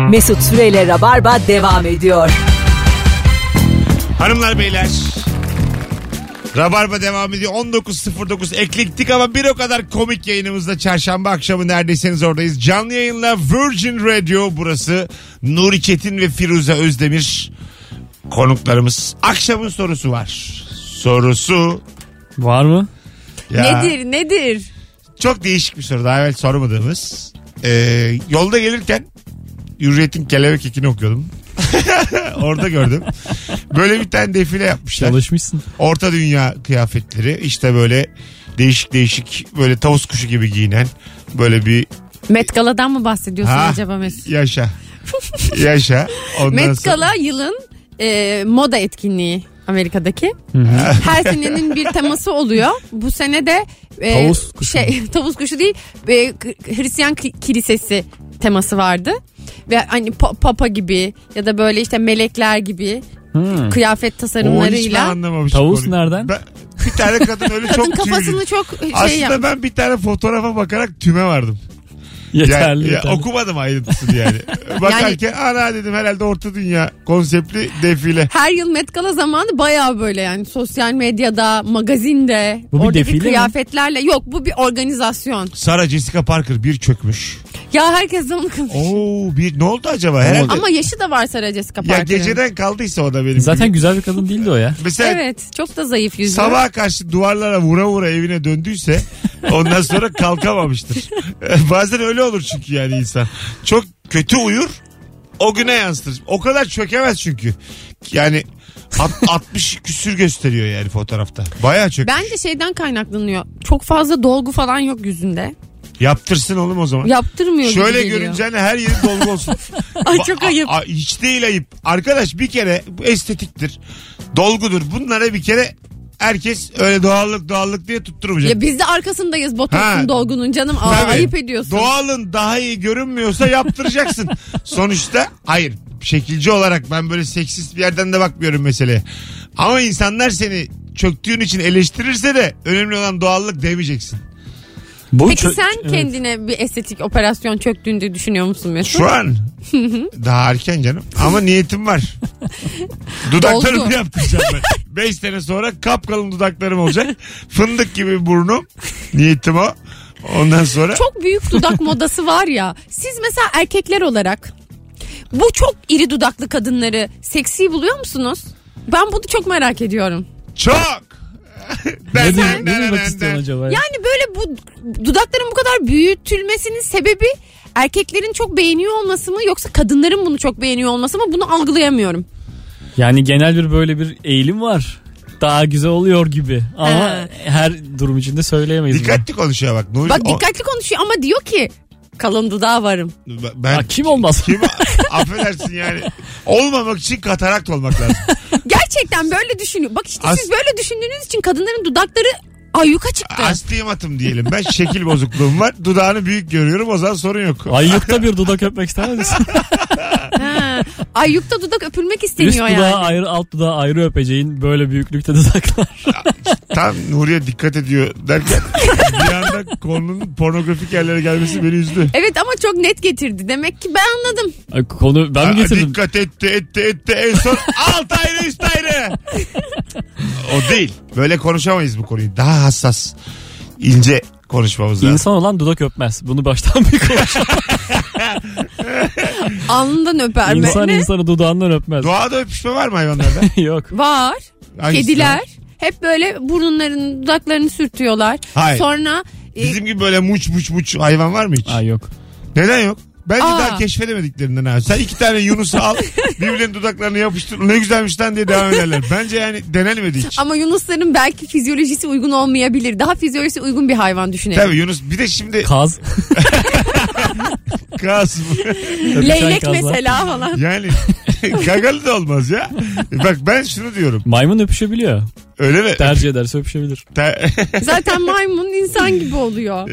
Mesut Süreyle Rabarba devam ediyor. Hanımlar beyler, Rabarba devam ediyor. 19.09 eklektik ama bir o kadar komik yayınımızda çarşamba akşamı neredeyseniz oradayız. Canlı yayınla Virgin Radio burası. Nuri Çetin ve Firuze Özdemir konuklarımız. Akşamın sorusu var. Sorusu var mı? Ya, Nedir? çok değişik bir soru. Daha evvel sormadığımız. Yolda gelirken Hürriyet'in kelebek ekini okuyordum. Orada gördüm. Böyle bir tane defile yapmışlar. Çalışmışsın. Orta dünya kıyafetleri. İşte böyle değişik böyle tavus kuşu gibi giyinen böyle bir... Met Gala'dan mı bahsediyorsun acaba Mesut? Yaşa. Met Gala yılın moda etkinliği Amerika'daki. Her senenin bir teması oluyor. Bu sene de tavus kuşu. Tavus kuşu değil, Hristiyan kilisesi teması vardı. Ve hani papa gibi ya da böyle işte melekler gibi kıyafet tasarımlarıyla. Hiç anlamamışım. Tavus konuyu. nereden? Bir tane kadın öyle Kadın çok kafasını çok Aslında yapmış. ben bir tane fotoğrafa bakarak tüme vardım. Yeterli. Okumadım ayrıntısını yani. Bakarken ana dedim herhalde orta dünya konseptli defile. Her yıl Met Gala zamanı bayağı böyle yani sosyal medyada, magazinde, bu bir oradaki defile kıyafetlerle. Yok, bu bir organizasyon. Sarah Jessica Parker bir çökmüş. Ya herkes de onu konuşuyor. Ne oldu acaba? Herhalde. Ama yaşı da var Sarah Jessica Ya Parker'ın. geceden kaldıysa o da benim. Zaten gibi. güzel bir kadın değildi o ya. Mesela Evet, çok da zayıf yüzlü. sabaha karşı duvarlara vura evine döndüyse ondan sonra kalkamamıştır. Bazen öyle olur çünkü yani insan. Çok kötü uyur, o güne yansıtır. O kadar çökemez çünkü. Yani 60 küsür gösteriyor yani fotoğrafta. Bayağı çökmüş. Bence şeyden kaynaklanıyor. Çok fazla dolgu falan yok yüzünde. Yaptırsın oğlum o zaman. Yaptırmıyor gibi Şöyle geliyor. görünce hani her yerin dolgu olsun. Ay çok ayıp. Hiç değil ayıp. Arkadaş bir kere bu estetiktir. Dolgudur. Bunlara bir kere herkes öyle doğallık diye tutturmayacak. Ya biz de arkasındayız botoksun, Ha. dolgunun canım. Tabii. Ayıp ediyorsun. Doğalın daha iyi görünmüyorsa yaptıracaksın. Sonuçta hayır. Şekilci olarak ben böyle seksist bir yerden de bakmıyorum meseleye. Ama insanlar seni çöktüğün için eleştirirse de önemli olan doğallık demeyeceksin. Peki sen kendine bir estetik operasyon çöktüğünü düşünüyor musun Mesut? Şu an daha erken canım ama niyetim var. Dudaklarımı yaptıracağım ben. 5 sene sonra kapkalın dudaklarım olacak. Fındık gibi burnum. Niyetim o. Ondan sonra. Çok büyük dudak modası var ya. Siz mesela erkekler olarak bu çok iri dudaklı kadınları seksi buluyor musunuz? Ben bunu çok merak ediyorum. Çok. Ne demek istiyorsun acaba? Yani böyle bu dudakların bu kadar büyütülmesinin sebebi erkeklerin çok beğeniyor olması mı, yoksa kadınların bunu çok beğeniyor olması mı, bunu algılayamıyorum. Yani genel bir böyle bir eğilim var. Daha güzel oluyor gibi. Ama her durum içinde söyleyemeyiz. Dikkatli konuşuyor bak. Nuri, Bak dikkatli konuşuyor ama diyor ki kalın dudağı varım. Ben, kim olmaz? Affedersin yani. Olmamak için katarakt olmak lazım. Gerçekten böyle düşünüyor. Bak işte siz böyle düşündüğünüz için kadınların dudakları ayyuka çıktı. Astigmatım diyelim. Ben şekil bozukluğum var. Dudağını büyük görüyorum. O zaman sorun yok. Ayyukta bir dudak öpmek istemez misin? Ayyukta dudak öpülmek isteniyor Üst yani. dudağı ayrı, alt dudağı ayrı öpeceğin böyle büyüklükte dudaklar. Tam Nuriye dikkat ediyor derken bir anda konunun pornografik yerlere gelmesi beni üzdü. Evet ama çok net getirdi. Demek ki ben anladım. Konu ben mi getirdim? Dikkat etti en son alt ayrı üst ayrı. O değil. Böyle konuşamayız bu konuyu. Daha hassas, ince konuşmamız lazım. İnsan olan dudak öpmez. Bunu baştan bir konuşalım. Alnından öper. İnsan insanı dudağından öpmez. Doğada öpüşme var mı hayvanlarda? Yok. Var. Hangisi Kediler. var? Hep böyle burunlarını, dudaklarını sürtüyorlar. Hayır. Sonra Bizim gibi böyle muç hayvan var mı hiç? Aa, yok. Neden yok? Bence daha keşfedemediklerinden ha. Sen 2 tane Yunus'u al, birbirlerinin dudaklarını yapıştır. Ne güzelmiş lan diye devam ederler. Bence yani denenmedi hiç. Ama Yunusların belki fizyolojisi uygun olmayabilir. Daha fizyolojisi uygun bir hayvan düşünelim. Tabii Yunus bir de şimdi... Kaz. Kaz mı? Leylek kazlar. mesela falan. Yani gagalı da olmaz ya. Bak ben şunu diyorum. Maymun öpüşebiliyor. Öyle mi? Tercih ederse öpüşebilir. Zaten maymun insan gibi oluyor.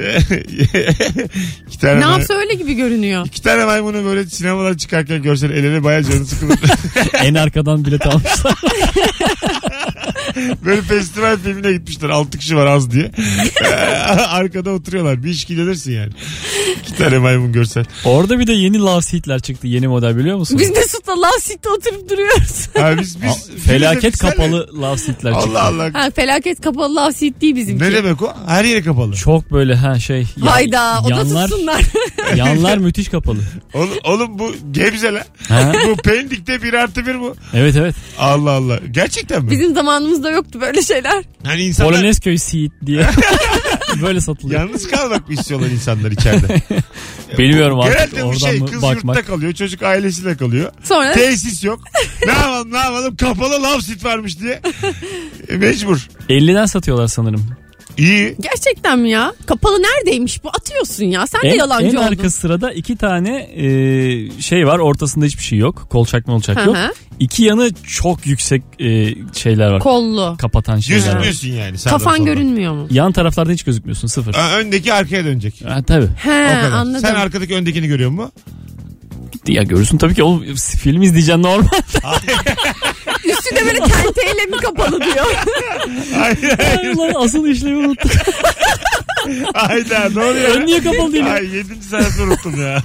Ne yapsa öyle gibi görünüyor. 2 tane maymunu böyle sinemalara çıkarken görsen el ele bayağı canı sıkılır. En arkadan bilet almışlar. Böyle festival filmine gitmişler. 6 kişi var az diye. Arkada oturuyorlar. Bir iş gelirsin yani. 2 tane maymun görsen. Orada bir de yeni love seat'ler çıktı. Yeni model biliyor musun? Biz Mesut'la love seat'te oturup duruyoruz. Ha, biz Felaket kapalı love seat'ler çıktı. Allah Allah. Ha, felaket kapalı love seat değil bizimki. Ne demek o? Her yeri kapalı. Çok böyle Hayda o da tutsunlar. Yanlar müthiş kapalı. Oğlum bu Gebze lan. Ha? Bu Pendik'te 1+1 bu. Evet evet. Allah Allah. Gerçekten mi? Bizim zamanımızda yoktu böyle şeyler. Hani insanlar Polonezköy seat diye. Böyle satılıyor. yalnız kalmak mı istiyorlar insanlar içeride? Bilmiyorum artık Genelde bu oradan şey mı kız bakmak. yurtta kalıyor. Çocuk ailesiyle kalıyor. Sonra Tesis yok. ne yapalım kapalı love seat varmış diye. Mecbur. 50'den satıyorlar sanırım. İyi. gerçekten mi ya? Kapalı neredeymiş bu? Atıyorsun ya. Sen de yalancı en oldun. arka sırada 2 tane şey var. Ortasında hiçbir şey yok. Kolçak yok. Hı. 2 yanı çok yüksek şeyler var. Kollu. Kapatan şeyler var. Gözükmüyorsun yani. sağdan Kafan soldan. görünmüyor mu? Yan taraflarda hiç gözükmüyorsun. Sıfır. Öndeki arkaya dönecek. Ha, tabii. He O kadar. anladım. Sen arkadaki öndekini görüyor musun? Ya görürsün tabii ki. Oğlum, film izleyeceksin normal. Üstü de böyle tenteyle mi kapalı diyor. Hayır. Lan asıl işlevi unuttum. Hayda ne oluyor? Ön niye kapalı değil? Ay 7. saat unuttum ya.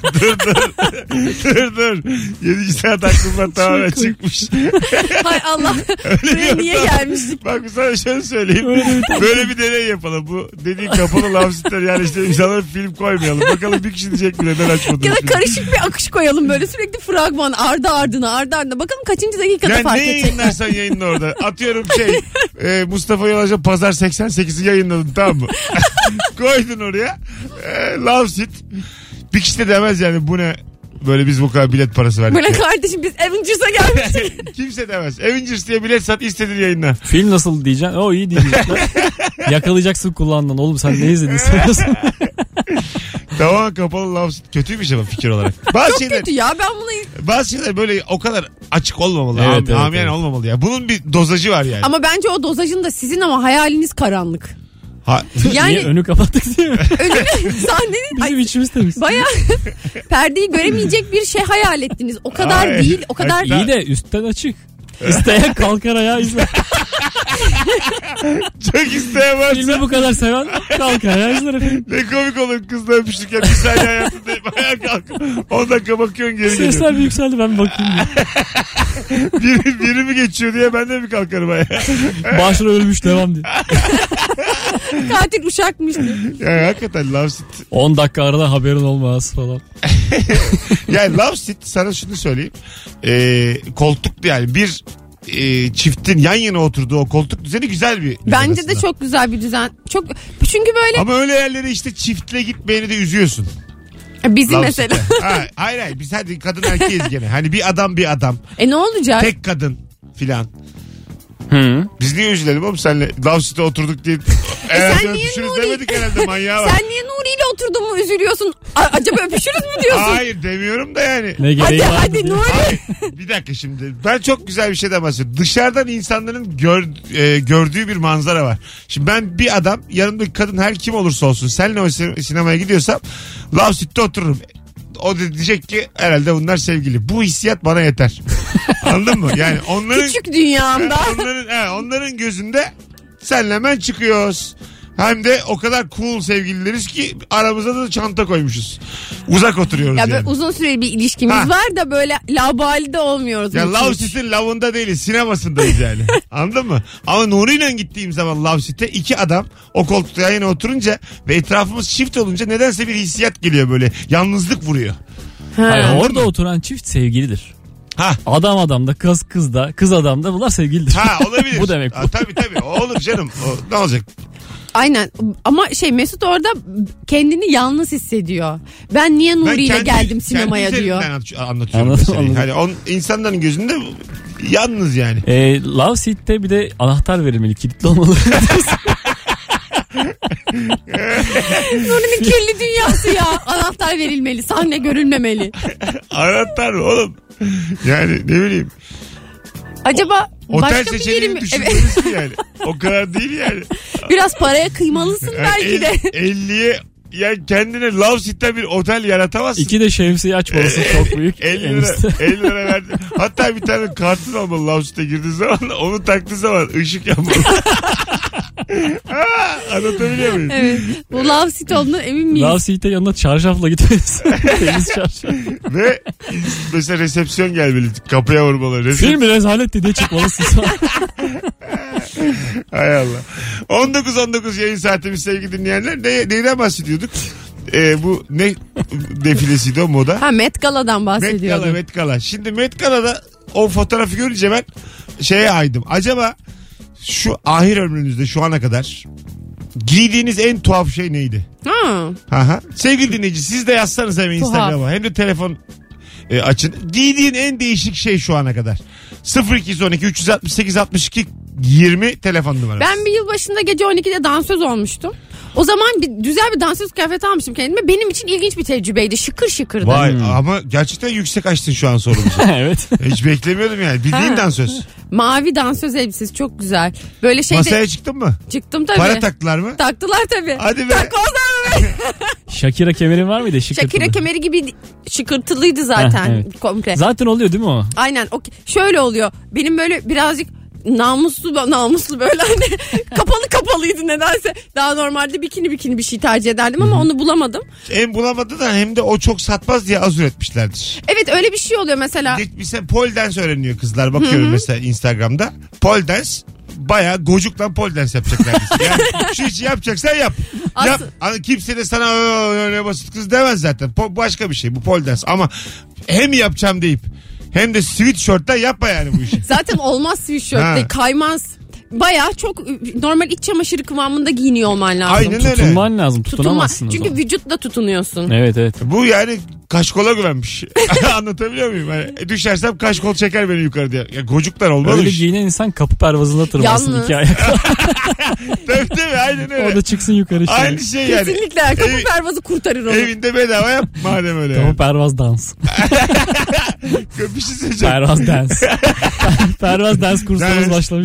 Dur. 7. saat aklımdan tamamen çıkmış. Hay Allah. Buraya niye gelmiştik? Bak sana şöyle söyleyeyim. Böyle bir deney yapalım. Bu dediğin kapalı lafsitler yani işte insanlara film koymayalım. Bakalım bir kişi diyecek mi neden açmadın? Ya da karışık bir akış koyalım böyle sürekli fragman ardı ardına. Bakalım kaçıncı dakikada Yani fark ne edecekler. yayınlarsan yayınla orada. Atıyorum Mustafa Yalaç'a Pazar 88'i yayınladın tamam mı? Koydun oraya. Love seat. Bir kişi de demez yani bu ne? Böyle biz bu kadar bilet parası verdik. Böyle kardeşim biz Avengers'a gelmiştik. Kimse demez. Avengers diye bilet sat istediğin yayınla. Film nasıl diyeceksin? O iyi diyecekler. Yakalayacaksın kulağından. Oğlum sen ne izledin sanıyorsun? Tamam kapalı love seat. Kötüymüş ama fikir olarak. Bazı Çok kötü ya ben bunu... Bazı şeyler böyle o kadar açık olmamalı. Evet, evet. Olmamalı ya. Bunun bir dozajı var yani. Ama bence o dozajın da sizin ama hayaliniz karanlık. Yani... Niye? Önü kapattık diye mi? Sahnenin... Bizim içimiz temiz. Baya perdeyi göremeyecek bir şey hayal ettiniz. O kadar Hayır. değil. O kadar... İyi de üstten açık. İsteyen kalkar ayağa izler. Çok isteyen varsa. Filmi bu kadar seven kalkar ayağa izler efendim. Ne komik olur kızla öpüşürken bir saniye hayatındayım. Ayağa kalk. 10 dakika bakıyorsun geri geliyor. Sesler bir yükseldi ben bir bakayım diye. Biri mi geçiyor diye ben de mi kalkarım ayağa? Başrol ölmüş devam diye. Katil uşakmış. Ya hakikaten love seat. 10 dakika arada haberin olmaz falan. Yani love seat sana şunu söyleyeyim. Koltuklu yani bir çiftin yan yana oturduğu o koltuk düzeni güzel bir düzen Bence aslında. de çok güzel bir düzen. Çok çünkü böyle Ama öyle yerlere işte çiftle gitmeyeni de üzüyorsun. bizim Love mesela. seat'e. Hayır biz hadi kadın erkeğiz gene. Hani bir adam. Ne olacak? Tek kadın filan. Hı. Biz niye üzülelim oğlum senle love seat'e oturduk diye. sen niye öpüşürüz Nuri- demedik herhalde manyağa bak. Sen niye Nuri ile oturdun mu üzülüyorsun? Acaba öpüşürüz mü diyorsun? Hayır demiyorum da yani. Ne gereği var? Hadi Nuri. Hayır, bir dakika şimdi. Ben çok güzel bir şeyden bahsediyorum. Dışarıdan insanların gördüğü bir manzara var. Şimdi ben bir adam yanımdaki kadın her kim olursa olsun seninle o sinemaya gidiyorsam love seat'te otururum. O da diyecek ki herhalde bunlar sevgili. Bu hissiyat bana yeter. Anladın mı? Yani onların Küçük dünyamda. onların gözünde senle hemen çıkıyoruz. Hem de o kadar cool sevgilileriz ki aramıza da çanta koymuşuz. Uzak oturuyoruz Ya yani. böyle uzun süreli bir ilişkimiz Ha. var da böyle labalde olmuyoruz. Ya hiç. Love Seat'in lavında değiliz. Sinemasındayız yani. Anladın mı? Ama Nuri'yle gittiğim zaman Love Seat'e 2 adam o koltukta yan yana oturunca ve etrafımız çift olunca nedense bir hissiyat geliyor böyle. Yalnızlık vuruyor. Hayır, Ha. orada oturan çift sevgilidir. Ha. Adam da kız da kız adam da bunlar sevgilidir. Ha olabilir. Bu demek bu. Ha, tabii o olur canım. O, ne olacak? Aynen ama Mesut orada kendini yalnız hissediyor. Ben niye Nuri ile geldim sinemaya kendi diyor. üzerimden anlatıyorum Anladım, meseleyi. anladım. Hani insanların gözünde yalnız yani. Love Seat'te bir de anahtar verilmeli. Kilitli olmalı. Nuri'nin kirli dünyası ya. Anahtar verilmeli, sahne görülmemeli. Anahtar mı oğlum? Yani ne bileyim. Acaba Otel başka bir yeri seçeneğini mi? Evet. düşünmelisin yani. O kadar değil yani. Biraz paraya kıymalısın belki de. 50'ye Yani kendine Love Seat'ten bir otel yaratamazsın. 2 de şemsiye açmalısın çok büyük. 50 lira, 50 lira verdi. Hatta bir tane kartın olmalı Love Seat'e girdiği zaman, onu taktığı zaman ışık yanmalı. Anlatabiliyor muyum? Evet. Bu Love Seat olduğundan emin miyiz? Love Seat'e yanına çarşafla gitmelisin. Temiz çarşaf. Ve mesela resepsiyon gelmeli. Kapıya vurmalı. Film rezaletti diye çıkmalısın. Hay Allah. 19.19 yayın saatimiz sevgili dinleyenler. Neyden bahsediyorduk? Bu ne defilesiydi o moda? Ha, Met Gala'dan bahsediyordum. Met Gala. Şimdi Met Gala'da o fotoğrafı görünce ben şeye aydım. Acaba şu ahir ömrünüzde şu ana kadar giydiğiniz en tuhaf şey neydi? Aha. Sevgili dinleyici, siz de yazsanız hem Instagram'a hem de telefon açın. Giydiğin en değişik şey şu ana kadar. 0212 368 62 20 telefon numarası. Ben bir yıl başında gece 12'de dansöz olmuştum. O zaman güzel bir dansöz kıyafeti almıştım kendime. Benim için ilginç bir tecrübeydi. Şıkır şıkırdı. Vay ama gerçekten yüksek açtın şu an sorumuzu. Evet. Hiç beklemiyordum yani. Bildiğin dansöz. Mavi dansöz elbisesi çok güzel. Böyle şeyde... Masaya çıktın mı? Çıktım tabii. Para taktılar mı? Taktılar tabii. Hadi be. Takmazlar mı? Shakira kemerin var mıydı? Shakira kemeri gibi şıkırtılıydı zaten. Evet. Komple. Zaten oluyor değil mi o? Aynen. Şöyle oluyor. Benim böyle birazcık namuslu böyle hani kapalıydı nedense. Daha normalde bikini bir şey tercih ederdim ama onu bulamadım. Hem bulamadı da hem de o çok satmaz diye az üretmişlerdir. Evet, öyle bir şey oluyor mesela. Mesela pole dance öğreniyor kızlar, bakıyorum mesela Instagram'da. Pole dance bayağı gocukla pole dance yapacaklar. Yani şu işi yapacaksan yap. Yap. Kimse de sana öyle basit kız demez zaten. Başka bir şey bu pole dance, ama hem yapacağım deyip hem de sweatshirt'ten yapma yani bu işi. Zaten olmaz sweatshirt'te, kaymaz. Bayağı çok normal iç çamaşırı kıvamında giyiniyor olman lazım. Aynen öyle. Tutunman lazım. Tutunamazsın. Çünkü vücutla tutunuyorsun. Evet. Bu yani kaşkola güvenmiş. Anlatabiliyor muyum? Yani düşersem kaşkol çeker beni yukarı diye. Ya gocuklar olmalı. Öyle giyinen insan kapı pervazına tırmansın. Yalnız. 2 ayakla. Tabii aynen öyle. O da çıksın yukarı. Aynı şey yani. Kesinlikle kapı pervazı kurtarır onu. Evinde bedava yap madem öyle. Kapı pervaz dans. Bir şey söyleyeceğim. Pervaz dans. Pervaz dans kursumuz başlamış.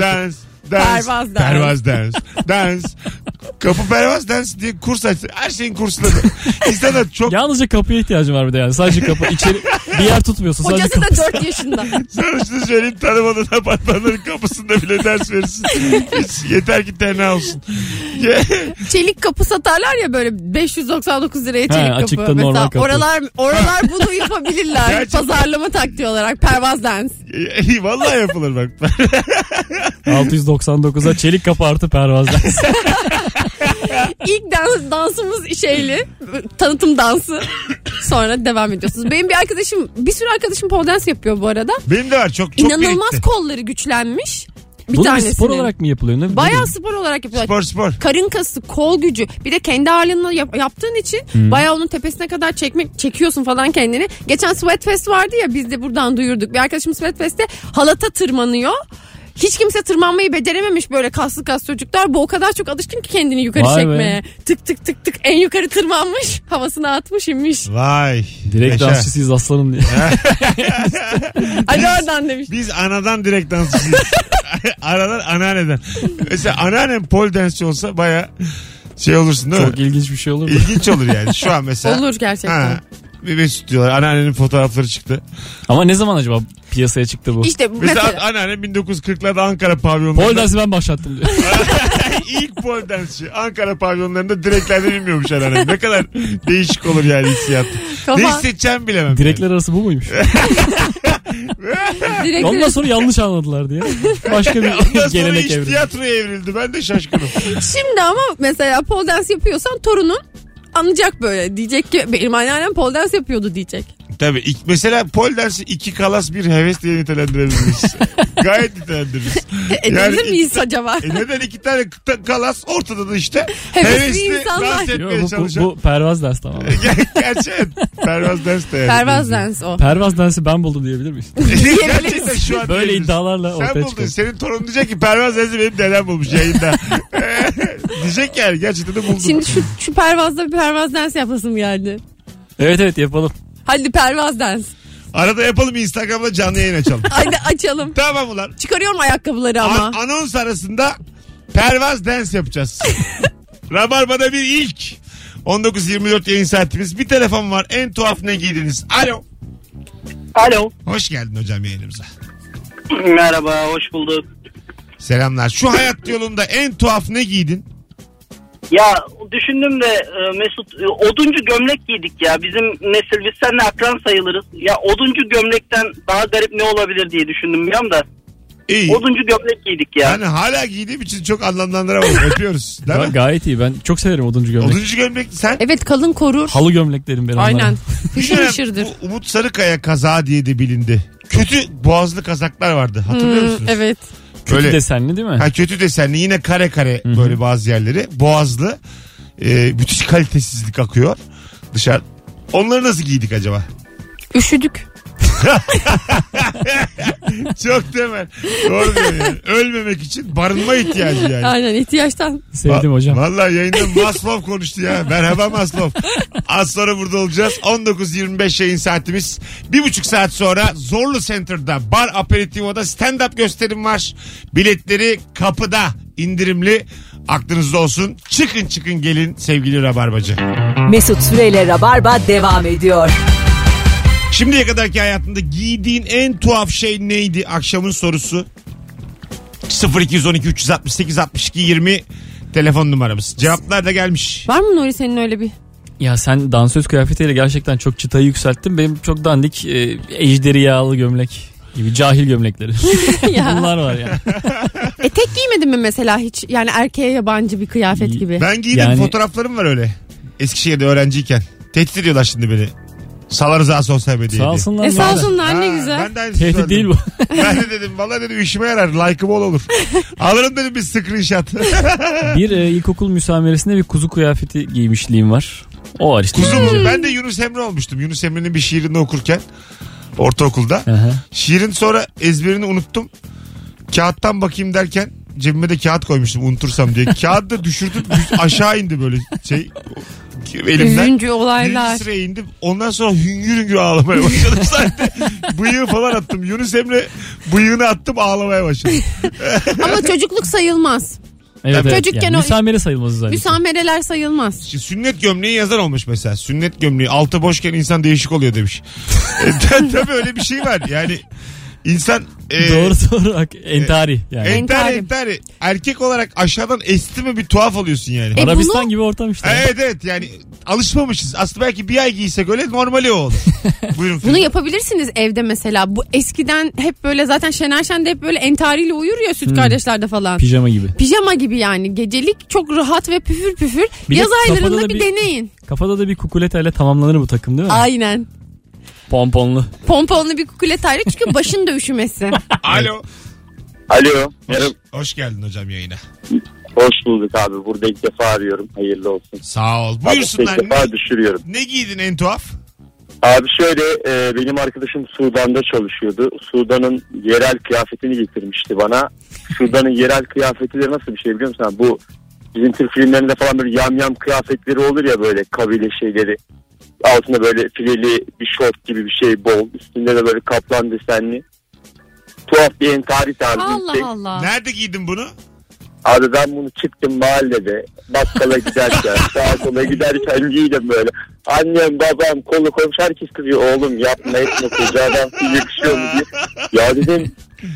Pervaz dans. Kapı pervaz dans diye kurs açtı. Her şeyin kursları. İnsanlar çok... Yalnızca kapıya ihtiyacım var bir de yani. Sadece kapı. İçeri bir yer tutmuyorsun. Hocası sadece da kapı. 4 yaşında. Sana şunu söyleyeyim, tanımadığın apartmanların kapısında bile ders verirsin. Yeter ki tenha olsun. Çelik kapı satarlar ya, böyle 599 liraya çelik kapı. Açıkta mesela normal kapı. oralar bunu yapabilirler. Gerçekten. Pazarlama taktiği olarak pervaz dans. Vallahi yapılır bak. 699'a çelik kapı artı pervaz dans. İlk dansımız tanıtım dansı. Sonra devam ediyorsunuz. Benim bir sürü arkadaşım pole dance yapıyor bu arada. Benim de var, çok İnanılmaz birikti. kolları güçlenmiş. Bu bir spor olarak mı yapılıyor? Ne? Bayağı spor olarak yapıyorlar. Spor. Karın kası, kol gücü. Bir de kendi ağırlığınla yaptığın için bayağı onun tepesine kadar çekiyorsun falan kendini. Geçen Sweatfest vardı ya, biz de buradan duyurduk. Bir arkadaşım Sweatfest'te halata tırmanıyor. Hiç kimse tırmanmayı becerememiş, böyle kaslı çocuklar. Bu o kadar çok alışkın ki kendini yukarı çekmeye. Tık tık tık tık en yukarı tırmanmış. Havasına atmış, inmiş. Vay. Direkt dansçısıyız aslanım diye. Ali oradan demiş. Biz anadan direkt dansçıyız. Aradan anneanneden. Mesela anneannem pole dansçı olsa baya şey olursun değil mi? Çok ilginç bir şey olur mu? İlginç olur yani şu an mesela. Olur gerçekten. Bir Mesut diyorlar. Anneannenin fotoğrafları çıktı. Ama ne zaman acaba piyasaya çıktı bu? İşte Mesela anneannem 1940'larda Ankara pavyonlarında. Pole dansı ben başlattım diyor. İlk pole dansçı. Ankara pavyonlarında direklerden inmiyormuş anneannem. Ne kadar değişik olur yani hissiyat. Ne hissedeceğimi bilemem. Direkler arası bu muymuş? Ondan sonra yanlış anladılar diye. Başka bir Ondan sonra gelenek iş evrildi. tiyatroya evrildi. Ben de şaşkınım. Şimdi ama mesela pole dance yapıyorsan torunun anlayacak böyle. Diyecek ki benim anneannem pole dance yapıyordu diyecek. Tabii. Mesela pole dance'i 2 kalas bir heves diye nitelendirebiliriz. Gayet nitelendiririz. Edebilir miyiz acaba? Neden 2 tane kalas ortada da işte Hevesli insanlar. dans etmeye çalışan. Bu pervaz dans tamam. Gerçekten pervaz dans da yani. Pervaz dans o. Pervaz dansı ben buldum diyebilir miyiz? Gerçekten şu an Böyle diyebiliriz. iddialarla Sen ortaya buldun. çıkıyor. Senin torun diyecek ki pervaz dansı benim dedem bulmuş yayında. Diyecek yani, gerçekten de buldum. Şimdi şu pervazda bir pervaz dans yapasım geldi. Evet yapalım. Hadi pervaz dans. Arada yapalım, Instagram'da canlı yayın açalım. Hadi açalım. Tamam ulan. Çıkarıyorum ayakkabıları ama. Anons arasında pervaz dans yapacağız. Rabarba'da bir ilk. 19.24 yayın saatimiz. Bir telefon var. En tuhaf ne giydiniz? Alo. Alo. Hoş geldin hocam yayınımıza. Merhaba, hoş bulduk. Selamlar. Şu hayat yolunda en tuhaf ne giydin? Ya düşündüm de Mesut, oduncu gömlek giydik ya. Bizim nesil, biz seninle akran sayılırız. Ya oduncu gömlekten daha garip ne olabilir diye düşündüm biliyorum da. İyi. Oduncu gömlek giydik ya. Yani hala giydiğim için çok anlamlandıramadım. Öpüyoruz. Değil mi? Gayet iyi. Ben çok severim oduncu gömlek. Oduncu gömlek sen? Evet, kalın korur. Halı gömleklerim benim. Aynen. Bir Hışır dönem hışırdır. bu Umut Sarıkaya kazağı diye de bilindi. Kötü boğazlı kazaklar vardı. Hatırlıyor musunuz? Evet. Kötü Böyle- desenli değil mi? Ha, kötü desenli, yine kare kare böyle bazı yerleri. Boğazlı. Müthiş kalitesizlik akıyor dışarı. Onları nasıl giydik acaba? Üşüdük. Çok temel. Doğru diyor yani. Ölmemek için barınma ihtiyacı yani. Aynen, ihtiyaçtan. Sevdim hocam. Vallahi yayında Maslov konuştu ya. Merhaba Maslov. Az sonra burada olacağız. 19.25 yayın saatimiz. 1,5 saat sonra Zorlu Center'da Bar Aperitivo'da stand-up gösterim var. Biletleri kapıda, indirimli. Aklınızda olsun. Çıkın gelin sevgili Rabarbacı. Mesut Süreyle Rabarba devam ediyor. Şimdiye kadarki hayatında giydiğin en tuhaf şey neydi? Akşamın sorusu. 0212 368 62 20 telefon numaramız. Cevaplar da gelmiş. Var mı Nuri senin öyle bir? Ya sen dansöz kıyafetiyle gerçekten çok çıtayı yükselttin. Benim çok dandik ejderi yağlı gömlek gibi cahil gömlekleri. Ya. Bunlar var yani. Etek giymedin mi mesela hiç? Yani erkeğe yabancı bir kıyafet gibi. Ben giydim, Yani- fotoğraflarım var öyle. Eskişehir'de öğrenciyken. Tehdit ediyorlar şimdi beni. Salarız ha sosyal medyaya diye. Sağ olsunlar. Sağ vallahi. olsunlar, ne Ha, güzel. Ben de aynısını Tehdit söyledim. değil bu. Ben de dedim vallahi dedim işime yarar, like'ım olur. Alırım dedim bir screenshot. Bir ilkokul müsameresinde bir kuzu kıyafeti giymişliğim var. O var işte. Kuzum, ben de Yunus Emre olmuştum. Yunus Emre'nin bir şiirini okurken ortaokulda. Aha. Şiirin sonra ezberini unuttum. Kağıttan bakayım derken cebime de kağıt koymuştum unutursam diye. Kağıdı da düşürdüm, aşağı indi böyle şey elimden. Üzüncü olaylar. Birinci sıraya indim. Ondan sonra hüngür hüngür ağlamaya başladım zaten. Bıyığı falan attım. Yunus Emre bıyığını attım, ağlamaya başladım. Ama çocukluk sayılmaz. Evet, evet. Çocukken Yani o- müsamere sayılmaz zaten. Müsamereler sayılmaz. Şimdi sünnet gömleği yazar olmuş mesela. Sünnet gömleği altı boşken insan değişik oluyor demiş. Tabii öyle bir şey var. Yani insan Doğru bak entari yani. entari. Erkek olarak aşağıdan esti mi bir tuhaf oluyorsun yani. Arabistan bunu- gibi ortam işte. Evet yani alışmamışız. Aslında belki bir ay giysek öyle normali o olur. Buyurun. Bunu yapabilirsiniz evde mesela. Bu eskiden hep böyle, zaten Şener Şen de hep böyle entariyle uyur ya, Süt Kardeşler'de falan. Pijama gibi. Pijama gibi yani. Gecelik çok rahat ve püfür püfür. Bir de Yaz kafada aylarında da bir bir- deneyin. Kafada da bir kukuletayla tamamlanır bu takım değil mi? Aynen. Pomponlu. Pomponlu bir kukuletayla, çünkü başın da üşümesi. Alo. Alo. Merhaba. Hoş geldin hocam yayına. Hoş bulduk abi. Burada ilk defa arıyorum. Hayırlı olsun. Sağ ol. Abi Buyursunlar. ilk defa düşürüyorum. Ne giydin en tuhaf? Abi şöyle benim arkadaşım Sudan'da çalışıyordu. Sudan'ın yerel kıyafetini getirmişti bana. Sudan'ın yerel kıyafetleri nasıl bir şey biliyor musun? Bu bizim Türk filmlerinde falan böyle yamyam kıyafetleri olur ya, böyle kabile şeyleri. Altında böyle fileli bir şort gibi bir şey bol. Üstünde de böyle kaplan desenli. Tuhaf bir entari tarzı bir Allah şey. Allah. Nerede giydin bunu? Abi ben bunu çıktım mahallede bakkala giderken sağa sola giderken giydim böyle. Annem babam kolu komşu herkes kızıyor, oğlum yapma etme koca adam yakışıyor mu diye. Ya dedim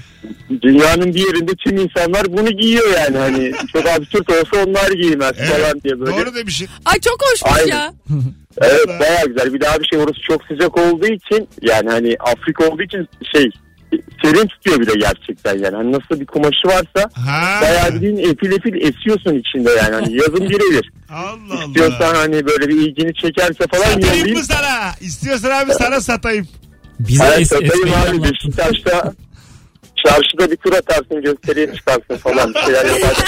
dünyanın bir yerinde tüm insanlar bunu giyiyor yani, hani çok absürt olsa onlar giymez falan diye böyle. Doğru demişsin. Ay çok hoşmuş Aynen. ya. Evet baya güzel, bir daha bir şey, orası çok sıcak olduğu için yani, hani Afrika olduğu için şey serin tutuyor bile gerçekten yani. Hani nasıl bir kumaşı varsa Ha. bayağı bildiğin efil esiyorsun içinde yani. Hani yazın birebir. Allah İstiyorsan Allah. hani böyle bir ilgini çekerse falan Satayım yollayayım. mı sana? İstiyorsan abi sana satayım. Bize Evet satayım espriyi abi, anlattın. Beşiktaş'ta çarşıda bir tur atarsın, gösteriye çıkarsın falan, bir şeyler yaparsın.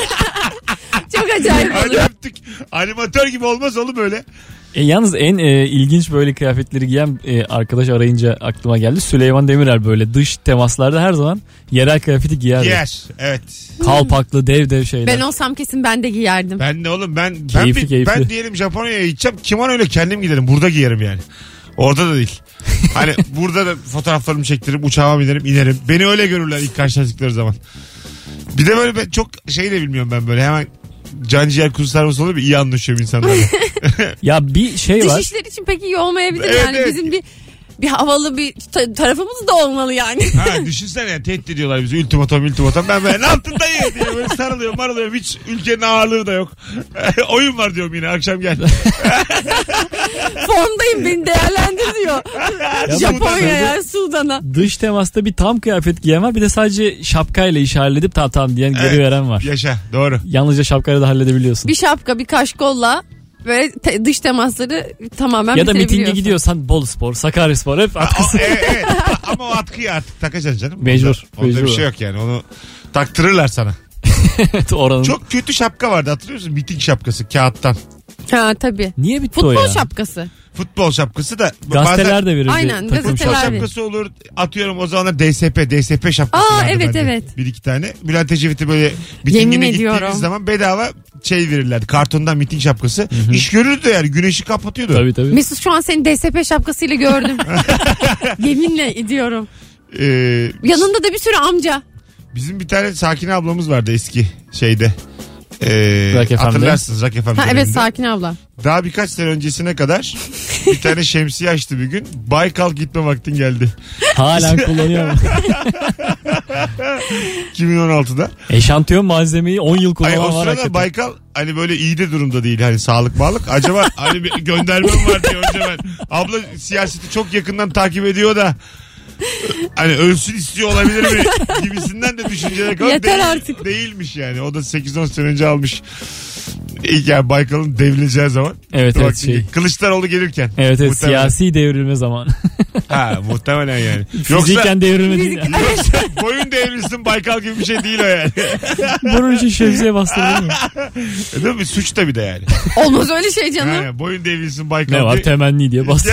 Çok acayip Hadi olur. öptük. Animatör gibi olmaz oğlum öyle. Yalnız en ilginç böyle kıyafetleri giyen arkadaş arayınca aklıma geldi. Süleyman Demirel böyle dış temaslarda her zaman yerel kıyafeti giyer. Giyer. Evet. Kalpaklı dev şeyler. Ben olsam kesin ben de giyerdim. Ben de oğlum ben Keyifli. ben diyelim Japonya'ya gideceğim. Kimono öyle kendim giderim. Burada giyerim yani. Orada da değil. Hani burada da fotoğraflarımı çektiririm, uçağıma binerim, inerim. Beni öyle görürler ilk karşılaştıkları zaman. Bir de böyle ben çok şey de bilmiyorum ben böyle hemen canciğer kuzu sarması oluyor, iyi anlaşıyorum insanlarla. Ya bir şey Dış var. işler için pek iyi olmayabilir Evet, yani. evet. Bizim bir havalı bir tarafımız da olmalı yani. Ha, düşünsene ya, tehdit ediyorlar bizi, ultimatom. Ben böyle ne yaptın dayı diye böyle sarılıyorum. Hiç ülkenin ağırlığı da yok. Oyun var diyorum yine, akşam gel. Formdayım, beni değerlendir diyor. Japonya'ya, Sudan'a. Dış temasta bir tam kıyafet giyen var, bir de sadece şapkayla işaret edip tamam diyen geri Evet. veren var. Yaşa, doğru. Yalnızca şapkayla da halledebiliyorsun. Bir şapka, bir kaşkolla ve dış temasları tamamen Ya da mitinge bitirebiliyorsun. gidiyorsan Boluspor, Sakaryaspor hep atkısı. Evet. Ama o atkıyı artık takacaksın canım. Mecbur, Onda bir mecbur. şey yok yani, onu taktırırlar sana. Oranın. Çok kötü şapka vardı, hatırlıyor musun? Miting şapkası kağıttan. Ha tabii. Niye bitti o ya? Futbol şapkası. Futbol şapkası da Gazeteler de verirdi. Aynen, takım gazeteler şapkası. verir. şapkası olur, atıyorum o zamanlar DSP şapkası Aa, vardı evet, bende. evet. Bir iki tane. Bülent Ecevit'i böyle Yemin mitingine ediyorum. gittiğimiz zaman bedava şey verirlerdi. Kartondan miting şapkası. İş görürdü yani, güneşi kapatıyordu. Tabii. Mesut, şu an seni DSP şapkasıyla gördüm. Yeminle ediyorum. Yanında da bir sürü amca. Bizim bir tane Sakine ablamız vardı eski şeyde. Rock FM'de. Hatırlarsınız Rock FM'de. Ha evet, döneminde. Sakin abla. Daha birkaç sene öncesine kadar bir tane şemsiye açtı bir gün. Baykal gitme vaktin geldi. Halen kullanıyor. 2016'da. Eşantiyon malzemeyi 10 yıl Ay, kullanan o var sırada hakikaten. Baykal hani böyle iyi de durumda değil. Hani sağlık bağlık. Acaba hani bir göndermem var diye önce ben. Abla siyaseti çok yakından takip ediyor da hani ölsün istiyor olabilir mi gibisinden de düşüncelere kalk. Yeter artık. Değilmiş yani. O da 8-10 sene önce almış. İlk yani Baykal'ın devrileceği zaman. Evet, Dur evet, vaktin şey. Kılıçdaroğlu gelirken. Evet Muhtemelen. siyasi devrilme zamanı. Ha muhtemelen yani. Fiziken devrilme değil. Yoksa boyun devrilsin Baykal gibi bir şey değil o yani. Bunun için şemsiye bastırılır mı? Değil mi? Suç da bir de yani. Olmaz öyle şey canım. Ha, boyun devrilsin Baykal Ne var, diye. temenni diye bastır.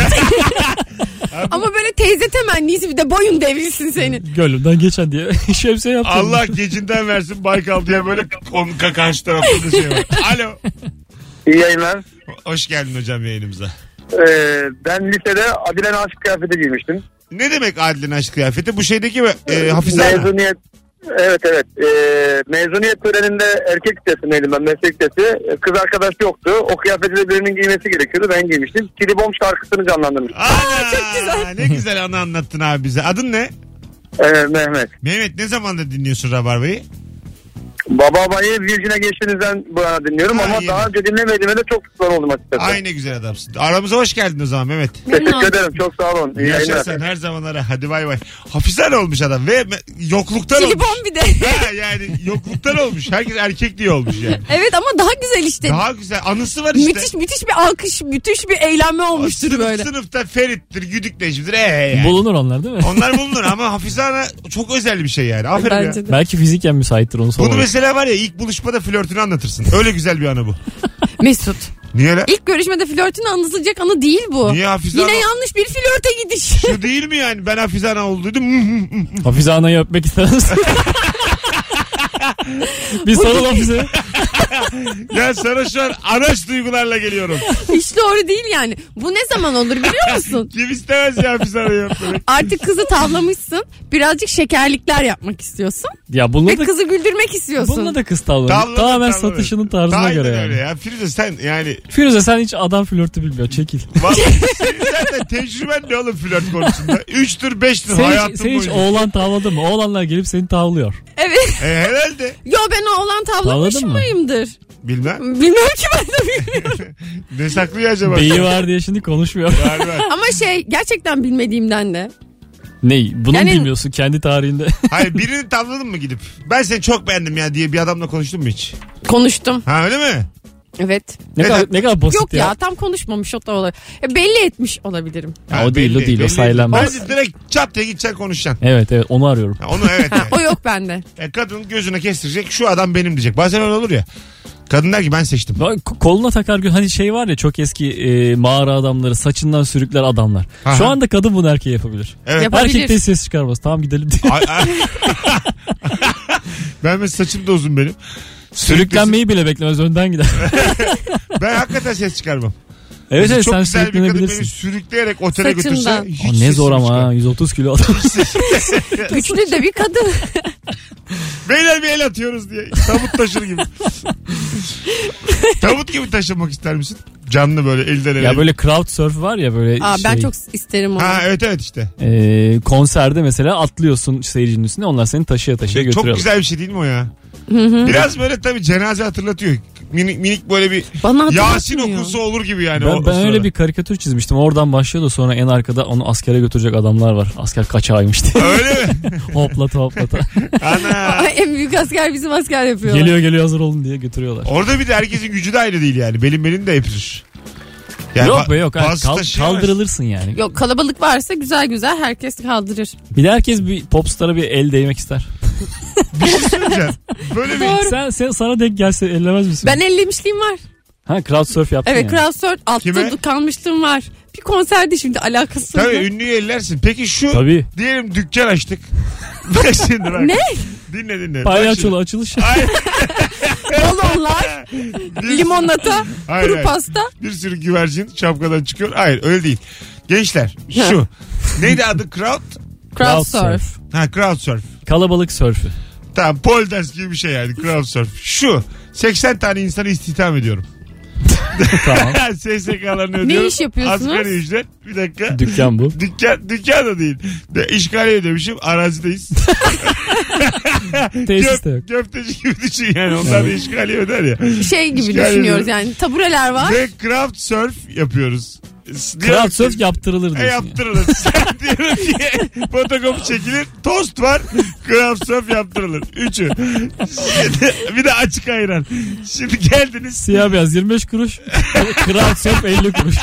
Ama böyle teyze temennisi, bir de boyun devrilsin senin. Gönlümden geçen diye şemsiye yaptım. Allah gecinden versin Baykal diye böyle karşı tarafında şey var. Alo. İyi yayınlar. Hoş geldin hocam yayınımıza. Ben lisede Adilen aşk kıyafeti giymiştim. Ne demek Adil'in aşk kıyafeti? Bu şeydeki mi? Hafize Hanım. Mezuniyet. Evet. Mezuniyet töreninde erkek sitesindeydim ben, meslek sitesi. Kız arkadaş yoktu. O kıyafeti de birinin giymesi gerekiyordu. Ben giymiştim. Kilibom şarkısını canlandırmıştım. Çok güzel. Ne güzel anı anlattın abi bize. Adın ne? Mehmet. Mehmet, ne zamandır dinliyorsun Rabarba'yı? Babayı Virgin'e geçtiğinizden bu yana dinliyorum Ha, ama iyi. daha önce dinlemediğime de çok pişman oldum açıkçası. Ay ne güzel adamsın. Aramıza hoş geldin o zaman Mehmet. Teşekkür ederim. Çok sağ olun. İyi yayınlar. Yaşasın, her zaman ara. Hadi bay bay. Hafize olmuş adam ve yokluktan olmuş. Kilibon bir de. Ha, yani yokluktan olmuş. Herkes erkek diye olmuş yani. Evet ama daha güzel işte. Daha güzel. Anısı var işte. Müthiş bir alkış, müthiş bir eğlenme olmuştur böyle. Sınıfta Ferit'tir, Güdük Necmi'dir. Yani. Bulunur onlar değil mi? Onlar bulunur ama Hafize Ana çok özel bir şey yani. Aferin ya. Bence de. Belki fiziken müsaittir onu sonra. Bunu mesela var ya, ilk buluşmada flörtünü anlatırsın. Öyle güzel bir anı bu. Mesut. Niye lan? İlk görüşmede flörtün anlatılacak anı değil bu. Niye Hafize Yine Ana? yanlış bir flörte gidiş. Şu değil mi yani? Ben Hafize Ana olduydum. Hafize Ana'yı öpmek istemez. Bir sarıl Hafize. Ya sana şu an anaç duygularla geliyorum. Hiç doğru değil yani. Bu ne zaman olur biliyor musun? Kim istemez ya Hafize Ana'yı öpmek? Artık kızı tavlamışsın. Birazcık şekerlikler yapmak istiyorsun. Ya bununla Ve da, kızı güldürmek istiyorsun. bununla da kız tavlanır. Tavlanır, Tamamen tavlanır. satışının tarzına Aynen göre öyle yani. ya. Firuze sen yani. Firuze sen hiç adam flörtü bilmiyor. Çekil. Vallahi sen de tecrüben ne oğlum flört konusunda? 3'tür 5'tir Sen hayatım hiç, sen hiç boyunca. oğlan tavladın mı? Oğlanlar gelip seni tavlıyor. Evet. Herhalde. Yo, ben o olan tavlamış Tavladın mı? mıyımdır? Bilmem. Bilmiyorum ki, ben de bilmiyorum. Ne saklıyor acaba? Beyi var diye şimdi konuşmuyor. Var. Ama gerçekten bilmediğimden de. Ney? Bunu Yani- bilmiyorsun kendi tarihinde. Hayır, birini tavladın mı gidip? Ben seni çok beğendim ya diye bir adamla konuştun mu hiç? Konuştum. Ha öyle mi? Evet. ne kadar basit Yok ya, tam konuşmamış o da olabilir. Belli etmiş olabilirim. Ha, o değil, o değil, o belli. sayılamaz. Bence direkt çat diye gideceksin konuşacaksın. Evet onu arıyorum. Ha, onu evet. Ha, Yani. o yok bende. Kadın gözüne kestirecek, şu adam benim diyecek. Bazen öyle olur ya. Kadın der ki ben seçtim. Koluna takar hani şey var ya, çok eski mağara adamları saçından sürükler adamlar. Aha. Şu anda kadın bunu erkeğe yapabilir. Evet. Yapabilir. Erkek de ses çıkarmaz. Tamam gidelim diye. Ben mesela saçım da uzun benim. Sürüklenmeyi bile beklemez, önden gider. Ben hakikaten ses çıkarmam. Evet Çok sen güzel bir kadın beni sürüklenebilirsin. sürükleyerek otele Saçından. götürse hiç O ne sesim zor ama çıkar. ha, 130 kilo adam. Güçlü de bir kadın. Beyler bir el atıyoruz diye. Tabut taşır gibi. Tabut gibi taşımak ister misin? Canlı böyle elden ele. Ya böyle crowd surf var ya böyle Ben çok isterim onu. Ha evet işte. Konserde mesela atlıyorsun seyircinin üstüne, onlar seni taşıya götürüyorlar. Çok güzel bir şey değil mi o ya? Biraz böyle tabii cenaze hatırlatıyor. Minik böyle bir Bana Yasin okusu olur gibi yani. Ben öyle bir karikatür çizmiştim. Oradan başlıyordu, sonra en arkada onu askere götürecek adamlar var. Asker kaçağıymış diye. Öyle mi? Hoplata. Ana. En büyük asker bizim asker yapıyor. Geliyor hazır olun diye götürüyorlar. Orada bir de herkesin gücü de aynı değil yani. Benim de yapışır. Yani yok be yok. bazı taşıyamaz. Kaldırılırsın yani. Yok, kalabalık varsa güzel herkes kaldırır. Bir de herkes bir popstar'a bir el değmek ister. Bir şey söyleyeceğim. Böyle bir... Sen sana denk gelse ellemez misin? Ben ellemişliğim var. Ha, crowd surf yaptın Evet, yani. crowd surf Kime? altta kalmışlığım var. Bir konserde şimdi alakası yok. Tabii ünlüyü ellersin. Peki şu Tabii. diyelim dükkan açtık. Bak şimdi bak. Ne? Dinle. Palyaçolu açılış. Hayır. Balonlar, limonata, kuru pasta. Bir sürü güvercin şapkadan çıkıyor. Hayır öyle değil. Gençler şu. Neydi adı? Crowd surf. Ha, crowd surf. Kalabalık sörfü. Tamam, pole dance gibi bir şey yani, crowd surf. Şu 80 tane insanı istihdam ediyorum. Tamam. SSK'larını ödüyorum. Ne iş yapıyorsunuz? Asgari ücret. Bir dakika. Dükkan bu. Dükkan da değil. İşgaliye ödemişim. Arazideyiz. Tesis de yok. Köfteci gibi düşün yani. Onlar da işgaliye öder ya. Şey gibi İşgal düşünüyoruz ediyorum. yani. Tabureler var. Ve crowd surf yapıyoruz. Crowd surf yaptırılır diyorsun. Yaptırılır. Sen diyorum ki fotokopi çekilir. Tost var. Crowd surf yaptırılır. Üçü. Bir de açık ayran. Şimdi geldiniz. Siyah beyaz 25 kuruş. Crowd surf 50 kuruş.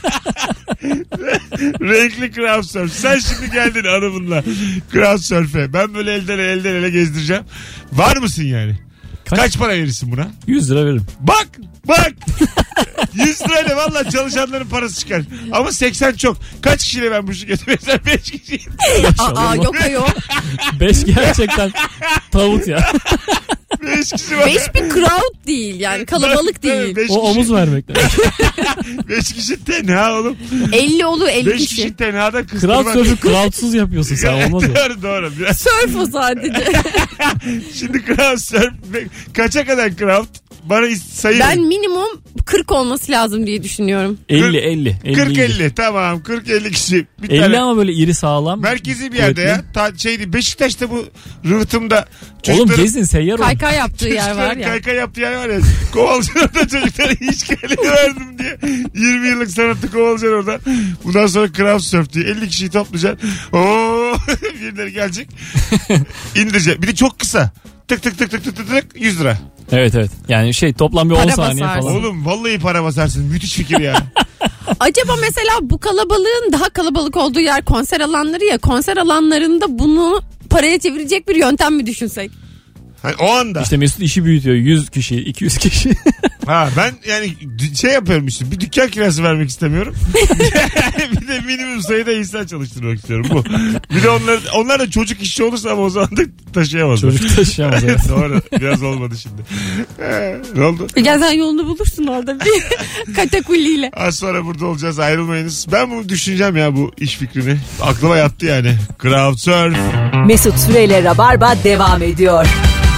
Renkli crowd surf. Sen şimdi geldin hanımınla crowd surf'e. Ben böyle elden ele gezdireceğim. Var mısın yani? Kaç para verirsin buna? 100 lira veririm. Bak. 100 lirayla valla çalışanların parası çıkar. Ama 80 çok. Kaç kişiyle ben bu şirketi mesela 5 kişiyim. Yok. 5 gerçekten tavut ya. 5 kişi var. 5 bir crowd değil yani, kalabalık değil. Beş O omuz vermek lazım. 5 kişi tenha oğlum. 50 olur, 50 5 kişi. kişi tenhada kıstırmak. Crowd surf'ü crowdsuz yapıyorsun sen, olmaz o. Doğru. Biraz. Surf o sadece. Şimdi crowd surf. Kaça kadar crowd? Bana sayın. Ben minimum 40 olması lazım diye düşünüyorum. 50. 40-50 tamam, 40-50 kişi. Bir 50 tane ama böyle iri sağlam. merkezi bir yerde kuvvetli. ya. Beşiktaş'ta bu rıhtımda Oğlum gezin, seyyar ol. Kaykay yaptığı yer var ya. Kaykay yaptığı yer var ya. Kovalacaksın orada çocuklara işgali verdim diye. 20 yıllık sanatı kovalacaksın orada. Bundan sonra crowd surf diye 50 kişiyi toplayacaksın. Oo, birileri gelecek. İndirecek. Bir de çok kısa. Tık 100 lira. Evet. Yani toplam bir 10 Para saniye basarsın. falan. Oğlum vallahi para basarsın. Müthiş fikir ya. Acaba mesela bu kalabalığın daha kalabalık olduğu yer konser alanları ya. Konser alanlarında bunu paraya çevirecek bir yöntem mi düşünsek? Hani o anda. İşte Mesut işi büyütüyor. 100 kişi, 200 kişi. Ha, ben yani yapıyorum işte. Bir dükkan kirası vermek istemiyorum. Bir de minimum sayıda insan çalıştırmak istiyorum. Bu. Bir de onlar da çocuk işçi olursa ama o zaman da taşıyamazlar. Çocuk taşıyamaz. Evet. Doğru. Biraz olmadı şimdi. Ne oldu? Gel sen yolunu bulursun orada bir katakulliyle. Az sonra burada olacağız, ayrılmayınız. Ben bunu düşüneceğim ya, bu iş fikrini. Aklıma yattı yani. Crowd surf. Mesut Süreyle Rabarba devam ediyor.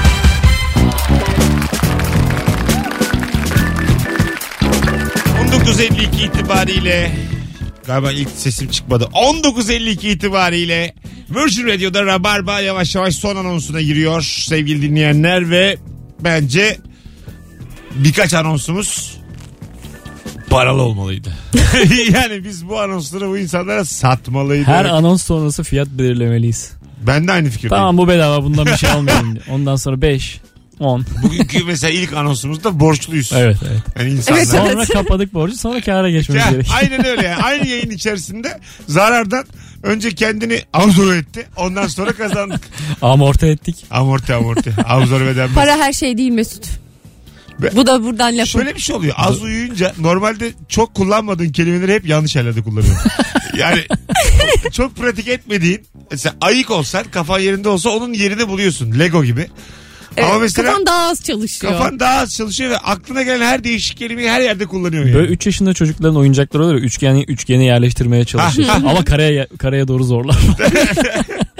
...19.52 itibariyle... Galiba ilk sesim çıkmadı. 19.52 itibariyle... Virgin Radio'da Rabarba yavaş yavaş son anonsuna giriyor sevgili dinleyenler ve... ...bence... ...birkaç anonsumuz... ...paralı olmalıydı. Yani biz bu anonsları bu insanlara satmalıydık. Her anons sonrası fiyat belirlemeliyiz. Ben de aynı fikirdeyim. Tamam, bu bedava, bundan bir şey almayalım diye. Ondan sonra 5, 10. Bugünkü mesela ilk anonsumuzda borçluyuz. Evet. Yani insanlar... Evet. Sonra kapadık borcu, sonra kâra geçmemiz Ya, gerekiyor. aynen öyle yani. Aynı yayın içerisinde zarardan önce kendini avzor etti. Ondan sonra kazandık. Amorti ettik. Amorti. Avzor ödenmez. Para her şey değil Mesut. Be- Bu da buradan lafım. Şöyle bir şey oluyor. Az uyuyunca normalde çok kullanmadığın kelimeleri hep yanlış yerlerde kullanıyorsun. Yani çok pratik etmediğin, mesela ayık olsan, kafan yerinde olsa onun yerini buluyorsun. Lego gibi. Evet, ama mesela kafan daha az çalışıyor. kafan daha az çalışıyor ve aklına gelen her değişik kelimeyi her yerde kullanıyorsun. Yani. Böyle 3 yaşında çocukların oyuncakları olur ya, üçgeni yerleştirmeye çalışır. Ama kareye doğru zorlar.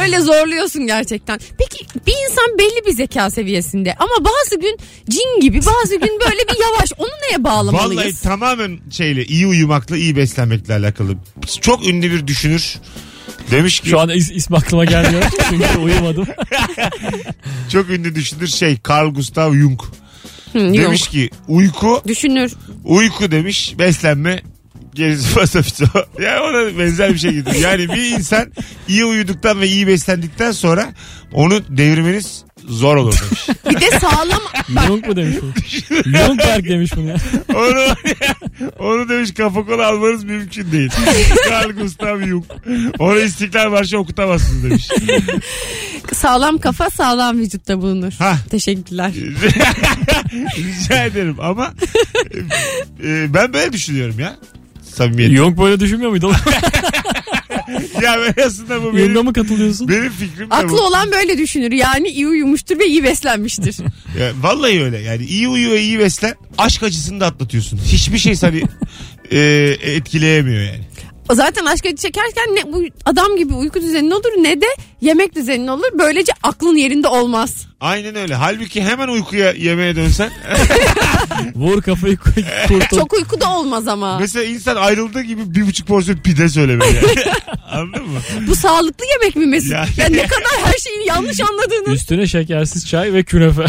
Böyle zorluyorsun gerçekten. Peki bir insan belli bir zeka seviyesinde ama bazı gün cin gibi, bazı gün böyle bir yavaş. Onu neye bağlamalıyız? Vallahi tamamen iyi uyumakla, iyi beslenmekle alakalı. Çok ünlü bir düşünür. Demiş ki... Şu an ismi aklıma gelmiyor çünkü uyumadım. Çok ünlü düşünür Carl Gustav Jung. Demiş ki uyku... Düşünür. Uyku demiş, beslenme... Gerisi pasapito. Yani ona benzer bir şey gidiyor. Yani bir insan iyi uyuduktan ve iyi beslendikten sonra onu devirmeniz zor olur demiş. Bir de sağlam... Jung mu demiş bunu? Jungberg demiş bunu ya. Onu demiş kafa kola almanız mümkün değil. Carl Gustav Jung. Onu İstiklal Marşı okutamazsınız demiş. Sağlam kafa sağlam vücutta bulunur. Hah. Teşekkürler. Rica ederim ama ben böyle düşünüyorum ya. Samimiyet. Jung böyle düşünmüyor muydu? Ya ben aslında bu Jung'a mı katılıyorsun? Benim fikrim de Aklı bu. olan böyle düşünür. Yani iyi uyumuştur ve iyi beslenmiştir. Ya, vallahi öyle yani iyi uyu ve iyi beslen aşk acısını da atlatıyorsun. Hiçbir şey seni etkileyemiyor yani. Zaten aşk acı çekerken ne bu adam gibi uyku düzenin olur ne de yemek düzenin olur. Böylece aklın yerinde olmaz. Aynen öyle. Halbuki hemen uykuya yemeğe dönsen. Vur kafayı kurtul. Çok uyku da olmaz ama. Mesela insan ayrıldığı gibi 1,5 porsiyon pide söylemeli yani. Anladın mı? Bu sağlıklı yemek mi Mesut? Ya. Ya ne kadar her şeyi yanlış anladığını. Üstüne şekersiz çay ve künefe.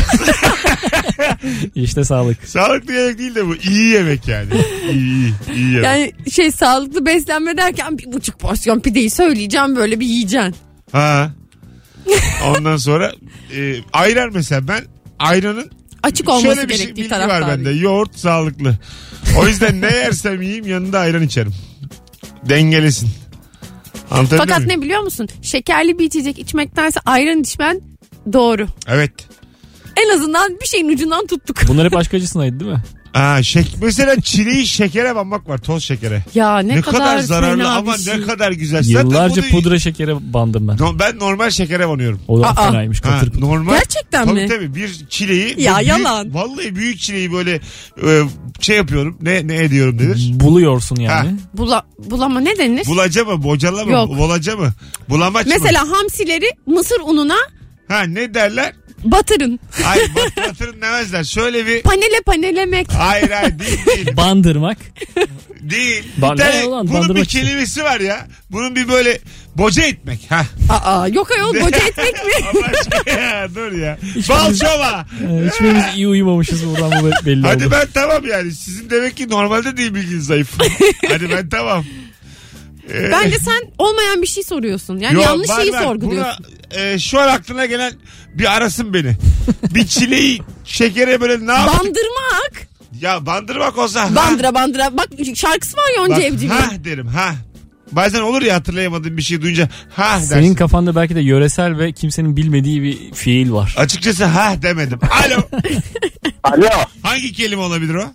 İşte sağlık. Sağlıklı yemek değil de bu. İyi yemek yani. İyi yemek. Yani sağlıklı beslenme derken 1,5 porsiyon pideyi söyleyeceğim böyle bir yiyeceksin. Ha. Ondan sonra ayran mesela ben ayranın Açık olması şöyle bir gerektiği bilgi var taraftarıyım. bende. Yoğurt sağlıklı. O yüzden ne yersem yiyeyim yanında ayran içerim. Dengelesin. Anlatabiliyor Fakat muyum? ne biliyor musun? Şekerli bir içecek içmektense ayran içmen doğru. Evet. En azından bir şeyin ucundan tuttuk. Bunlar hep aşk acısınaydı değil mi? Mesela çileği şekere banmak var, toz şekere. Ya ne kadar zararlı fena ama bir şey. ne kadar güzel. Zaten Yıllarca bunu- pudra şekere bandım ben. Ben normal şekere banıyorum. O da Aa. fenaymış katır kutur. Normal. Gerçekten tabii, mi? Tabii bir çileği. Ya büyük- yalan. Vallahi büyük çileği böyle yapıyorum. Ne ediyorum denir? Buluyorsun yani. Bulama ne denir? Bulaca mı? Bocala mı? Yok. Bolaca mı? Bulamaç mı? Mesela hamsileri mısır ununa Ne derler? batırın. Hayır batırın demezler. Şöyle bir... Panelemek. Hayır değil. Bandırmak. Değil. Ban- Bir tane, ne ulan, bunun bir bandırmak işte. kelimesi var ya. Bunun bir böyle boca etmek. Yok ayol boca etmek mi? Allah aşkına ya dur ya. Balçova. Hiçbirimiz iyi uyumamışız buradan bu belli Hadi oldu. ben tamam yani. Sizin demek ki normalde değil bilginiz zayıf. Hadi ben tamam. Bence sen olmayan bir şey soruyorsun. Yani Yok, yanlış şeyi var. sorguluyorsun. Buna, şu an aklına gelen bir arasın beni. Bir çileği şekere böyle ne yap? Bandırmak. Ya bandırmak olsa. Bandıra. Bak şarkısı var Yonca Bak, Evcim'in. derim Bazen olur ya hatırlayamadığım bir şey duyunca dersin. Senin kafanda belki de yöresel ve kimsenin bilmediği bir fiil var. Açıkçası demedim. Alo. Alo. Hangi kelime olabilir o?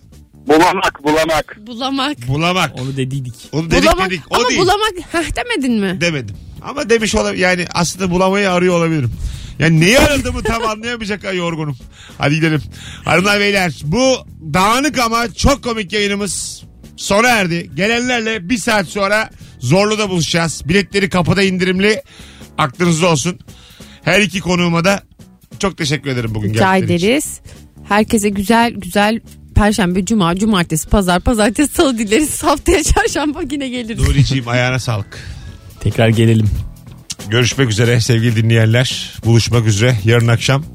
Bulamak. Bulamak. Onu dediydik. Onu dedik. O Ama değil. bulamak demedin mi? Demedim. Ama demiş olabilir. Yani aslında bulamayı arıyor olabilirim. Yani neyi aradığımı tam anlayamayacak yorgunum. Hadi gidelim. Hanımlar beyler bu dağınık ama çok komik yayınımız sona erdi. Gelenlerle bir saat sonra Zorlu'da buluşacağız. Biletleri kapıda indirimli. Aklınızda olsun. Her iki konuğuma da çok teşekkür ederim bugün Rica geldikleri için. ederiz. Herkese güzel Perşembe, Cuma, Cumartesi, Pazar, Pazartesi, Salı dileriz. Haftaya Çarşamba yine geliriz. Nuri'ciğim ayağına sağlık. Tekrar gelelim. Görüşmek üzere sevgili dinleyenler. Buluşmak üzere yarın akşam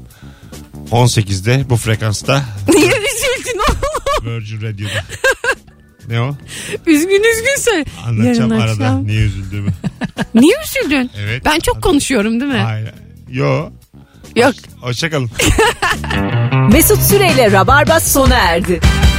18'de bu frekansta Niye üzüldün oğlum? Virgin Radio'da. Ne o? Üzgün söyle. Anlatacağım Yarın arada akşam. niye üzüldüğümü. Niye üzüldün? Evet. Ben çok konuşuyorum değil mi? Hayır. Yo. Yok. Hoşçakalın. Mesut Süreyle Rabarba sona erdi.